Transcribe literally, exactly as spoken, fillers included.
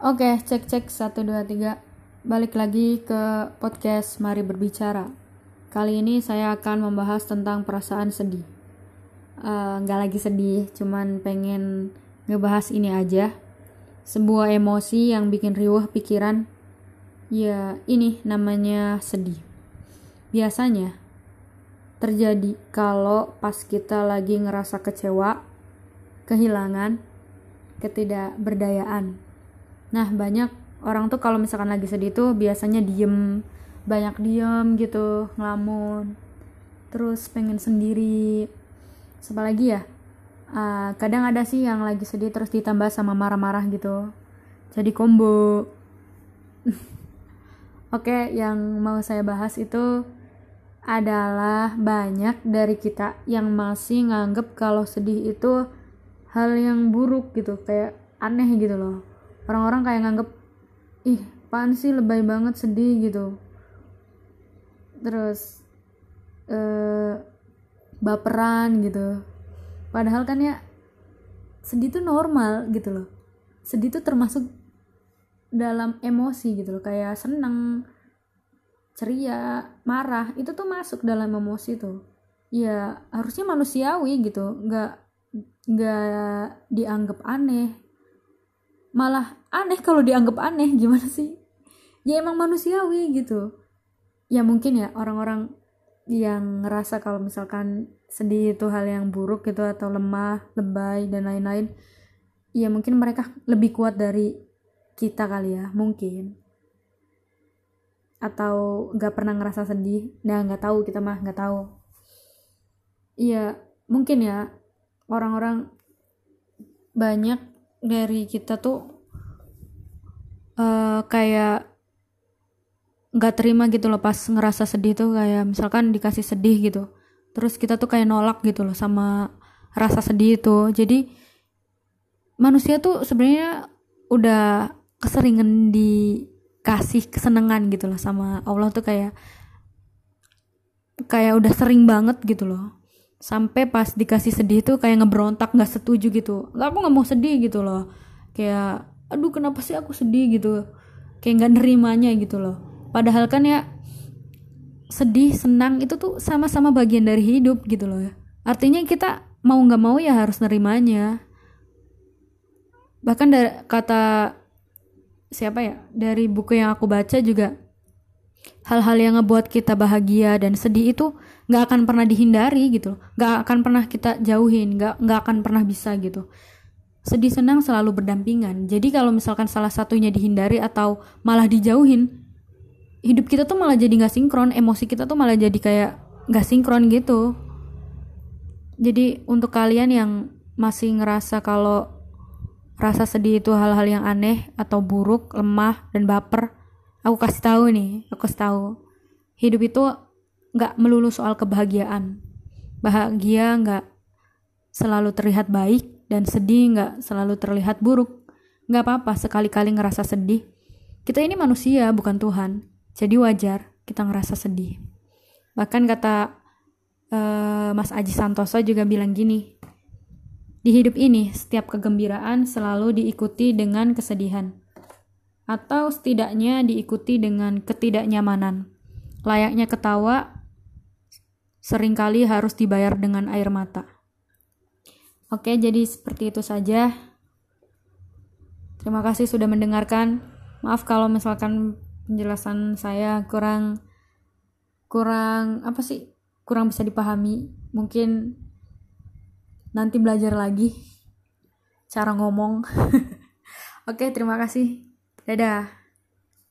Oke, cek cek satu dua tiga. Balik lagi ke podcast Mari Berbicara. Kali ini saya akan membahas tentang perasaan sedih. Eh, Nggak lagi sedih, cuman pengen ngebahas ini aja. Sebuah emosi yang bikin riuh pikiran. Ya, ini namanya sedih. Biasanya terjadi kalau pas kita lagi ngerasa kecewa, kehilangan, ketidakberdayaan. Nah, banyak orang tuh kalau misalkan lagi sedih tuh biasanya diem, banyak diem gitu, ngelamun, terus pengen sendiri. Siapa lagi ya? Uh, kadang ada sih yang lagi sedih terus ditambah sama marah-marah gitu. Jadi combo. Oke, yang mau saya bahas itu adalah banyak dari kita yang masih nganggep kalau sedih itu hal yang buruk gitu, kayak aneh gitu loh. Orang-orang kayak nganggep, ih apaan sih lebay banget sedih gitu, terus eh, baperan gitu. Padahal kan ya sedih tuh normal gitu loh. Sedih tuh termasuk dalam emosi gitu loh, kayak seneng, ceria, marah, itu tuh masuk dalam emosi tuh. Ya harusnya manusiawi gitu, nggak nggak dianggap aneh. Malah aneh kalau dianggap aneh, gimana sih? Ya emang manusiawi gitu. Ya mungkin ya orang-orang yang ngerasa kalau misalkan sedih itu hal yang buruk gitu, atau lemah, lebay dan lain-lain, ya mungkin mereka lebih kuat dari kita kali ya, mungkin. Atau gak pernah ngerasa sedih. Nah, gak tahu, kita mah gak tahu. Iya, mungkin ya orang-orang banyak dari kita tuh uh, kayak gak terima gitu loh pas ngerasa sedih tuh. Kayak misalkan dikasih sedih gitu, terus kita tuh kayak nolak gitu loh sama rasa sedih itu. Jadi manusia tuh sebenarnya udah keseringan dikasih kesenangan gitu loh sama Allah tuh, kayak kayak udah sering banget gitu loh. Sampai pas dikasih sedih tuh kayak ngeberontak, gak setuju gitu. Nggak, aku gak mau sedih gitu loh. Kayak aduh kenapa sih aku sedih gitu, kayak gak nerimanya gitu loh. Padahal kan ya sedih, senang itu tuh sama-sama bagian dari hidup gitu loh ya. Artinya kita mau gak mau ya harus nerimanya. Bahkan dari kata siapa ya, dari buku yang aku baca juga, hal-hal yang ngebuat kita bahagia dan sedih itu gak akan pernah dihindari gitu, gak akan pernah kita jauhin, gak, gak akan pernah bisa gitu. Sedih senang selalu berdampingan. Jadi kalau misalkan salah satunya dihindari atau malah dijauhin, hidup kita tuh malah jadi gak sinkron, emosi kita tuh malah jadi kayak gak sinkron gitu. Jadi untuk kalian yang masih ngerasa kalau rasa sedih itu hal-hal yang aneh atau buruk, lemah dan baper, aku kasih tahu nih, aku kasih tahu. Hidup itu nggak melulu soal kebahagiaan. Bahagia nggak selalu terlihat baik dan sedih nggak selalu terlihat buruk. Nggak apa-apa sekali-kali ngerasa sedih. Kita ini manusia, bukan Tuhan. Jadi wajar kita ngerasa sedih. Bahkan kata uh, Mas Aji Santoso juga bilang gini, di hidup ini, setiap kegembiraan selalu diikuti dengan kesedihan, atau setidaknya diikuti dengan ketidaknyamanan. Layaknya ketawa, seringkali harus dibayar dengan air mata. Oke, jadi seperti itu saja. Terima kasih sudah mendengarkan. Maaf kalau misalkan penjelasan saya kurang kurang apa sih? kurang bisa dipahami. Mungkin nanti belajar lagi cara ngomong. Oke, terima kasih. Dadah.